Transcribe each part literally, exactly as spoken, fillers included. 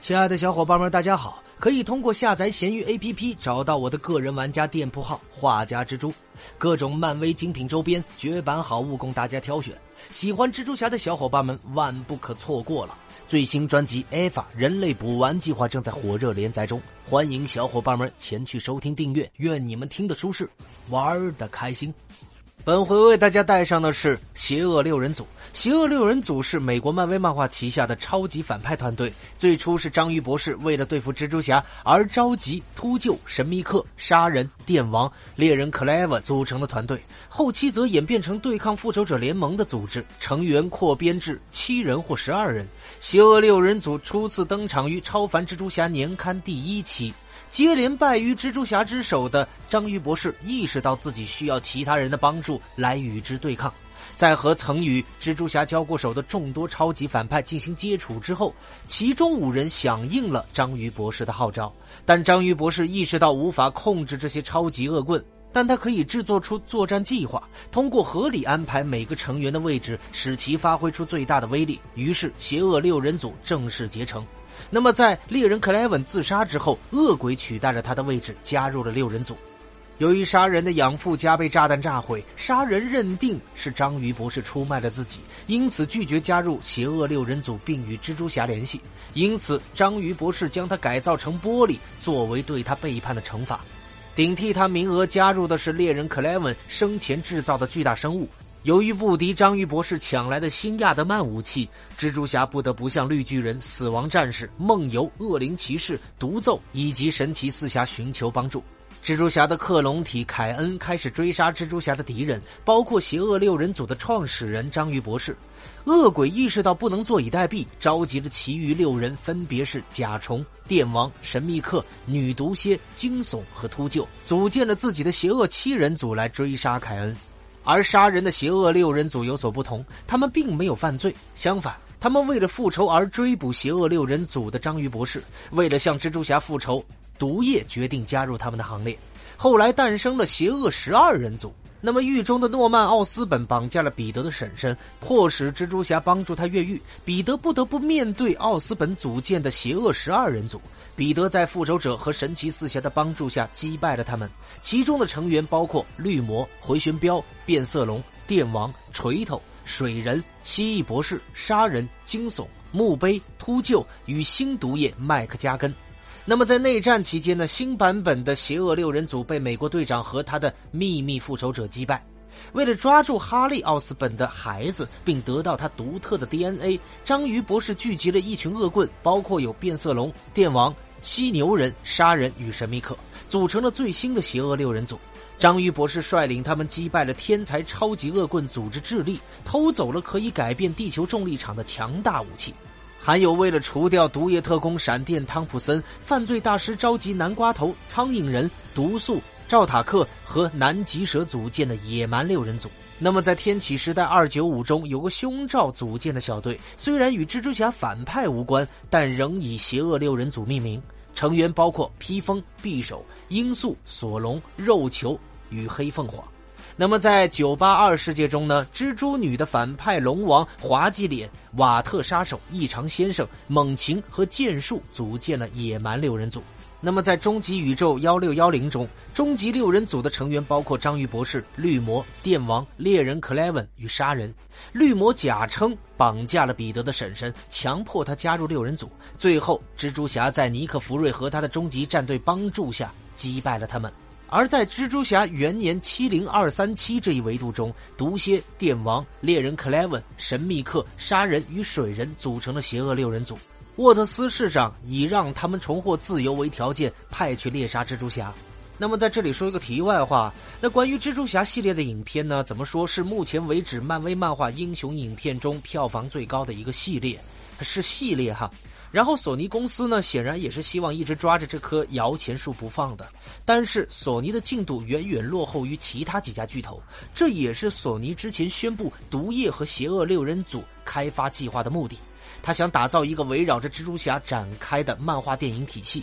亲爱的小伙伴们，大家好！可以通过下载闲鱼 A P P 找到我的个人玩家店铺号画家蜘蛛，各种漫威精品周边、绝版好物供大家挑选。喜欢蜘蛛侠的小伙伴们万不可错过了！最新专辑《A F A 人类补完计划》正在火热连载中，欢迎小伙伴们前去收听订阅。愿你们听得舒适，玩得开心。本回为大家带上的是邪恶六人组。邪恶六人组是美国漫威漫画旗下的超级反派团队，最初是章鱼博士为了对付蜘蛛侠而召集秃鹫、神秘客、杀人、电王、猎人克莱文组成的团队，后期则演变成对抗复仇者联盟的组织，成员扩编至七人或十二人。邪恶六人组初次登场于超凡蜘蛛侠年刊第一期。接连败于蜘蛛侠之手的章鱼博士意识到自己需要其他人的帮助来与之对抗，在和曾与蜘蛛侠交过手的众多超级反派进行接触之后，其中五人响应了章鱼博士的号召，但章鱼博士意识到无法控制这些超级恶棍，但他可以制作出作战计划，通过合理安排每个成员的位置，使其发挥出最大的威力。于是邪恶六人组正式结成。那么在猎人克莱文自杀之后，恶鬼取代了他的位置，加入了六人组。由于杀人的养父家被炸弹炸毁，杀人认定是章鱼博士出卖了自己，因此拒绝加入邪恶六人组并与蜘蛛侠联系。因此章鱼博士将他改造成玻璃，作为对他背叛的惩罚。顶替他名额加入的是猎人克莱文生前制造的巨大生物。由于不敌章鱼博士抢来的新亚德曼武器，蜘蛛侠不得不向绿巨人、死亡战士、梦游、恶灵骑士、毒咒以及神奇四侠寻求帮助。蜘蛛侠的克隆体凯恩开始追杀蜘蛛侠的敌人，包括邪恶六人组的创始人章鱼博士。恶鬼意识到不能坐以待毙，召集了其余六人，分别是甲虫、电王、神秘客、女毒蝎、惊悚和秃鹫，组建了自己的邪恶七人组来追杀凯恩。而杀人的邪恶六人组有所不同，他们并没有犯罪，相反，他们为了复仇而追捕邪恶六人组的章鱼博士，为了向蜘蛛侠复仇，毒液决定加入他们的行列。后来诞生了邪恶十二人组。那么狱中的诺曼奥斯本绑架了彼得的婶婶，迫使蜘蛛侠帮助他越狱，彼得不得不面对奥斯本组建的邪恶十二人组。彼得在复仇者和神奇四侠的帮助下击败了他们，其中的成员包括绿魔、回旋镖、变色龙、电王、锤头、水人、蜥蜴博士、杀人、惊悚、墓碑、秃鹫与新毒液麦克加根。那么在内战期间呢，新版本的邪恶六人组被美国队长和他的秘密复仇者击败。为了抓住哈利·奥斯本的孩子并得到他独特的 D N A， 章鱼博士聚集了一群恶棍，包括有变色龙、电王、犀牛人、杀人与神秘客，组成了最新的邪恶六人组。章鱼博士率领他们击败了天才超级恶棍组织智利，偷走了可以改变地球重力场的强大武器。还有为了除掉毒液特工闪电汤普森，犯罪大师召集南瓜头、苍蝇人、毒素、赵塔克和南极蛇组建的野蛮六人组。那么在天启时代二九五中有个胸罩组建的小队，虽然与蜘蛛侠反派无关，但仍以邪恶六人组命名，成员包括披风、匕首、罂粟、索隆、肉球与黑凤凰。那么在九八二世界中呢，蜘蛛女的反派龙王、滑稽脸、瓦特杀手、异常先生、猛禽和剑术组建了野蛮六人组。那么在终极宇宙一六一零中，终极六人组的成员包括章鱼博士、绿魔、电王、猎人克莱文与杀人。绿魔假称绑架了彼得的婶婶，强迫他加入六人组，最后蜘蛛侠在尼克福瑞和他的终极战队帮助下击败了他们。而在蜘蛛侠元年七零二三七这一维度中，毒蝎、电王、猎人克莱文、神秘客、杀人与水人组成了邪恶六人组。沃特斯市长以让他们重获自由为条件，派去猎杀蜘蛛侠。那么在这里说一个题外话，那关于蜘蛛侠系列的影片呢，怎么说是目前为止漫威漫画英雄影片中票房最高的一个系列，是系列哈。然后索尼公司呢，显然也是希望一直抓着这棵摇钱树不放的，但是索尼的进度远远落后于其他几家巨头，这也是索尼之前宣布毒液和邪恶六人组开发计划的目的。他想打造一个围绕着蜘蛛侠展开的漫画电影体系。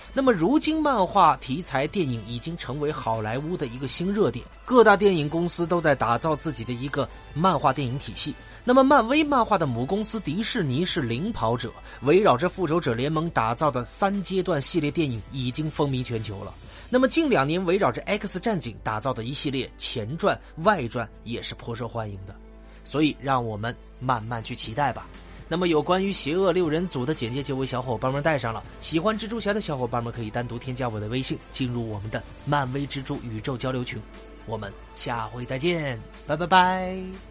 那么如今漫画题材电影已经成为好莱坞的一个新热点，各大电影公司都在打造自己的一个漫画电影体系。那么漫威漫画的母公司迪士尼是领跑者，围绕着复仇者联盟打造的三阶段系列电影已经风靡全球了。那么近两年围绕着 X 战警打造的一系列前传外传也是颇受欢迎的，所以让我们慢慢去期待吧。那么有关于邪恶六人组的简介就为小伙伴们带上了，喜欢蜘蛛侠的小伙伴们可以单独添加我的微信，进入我们的漫威蜘蛛宇宙交流群。我们下回再见，拜拜拜。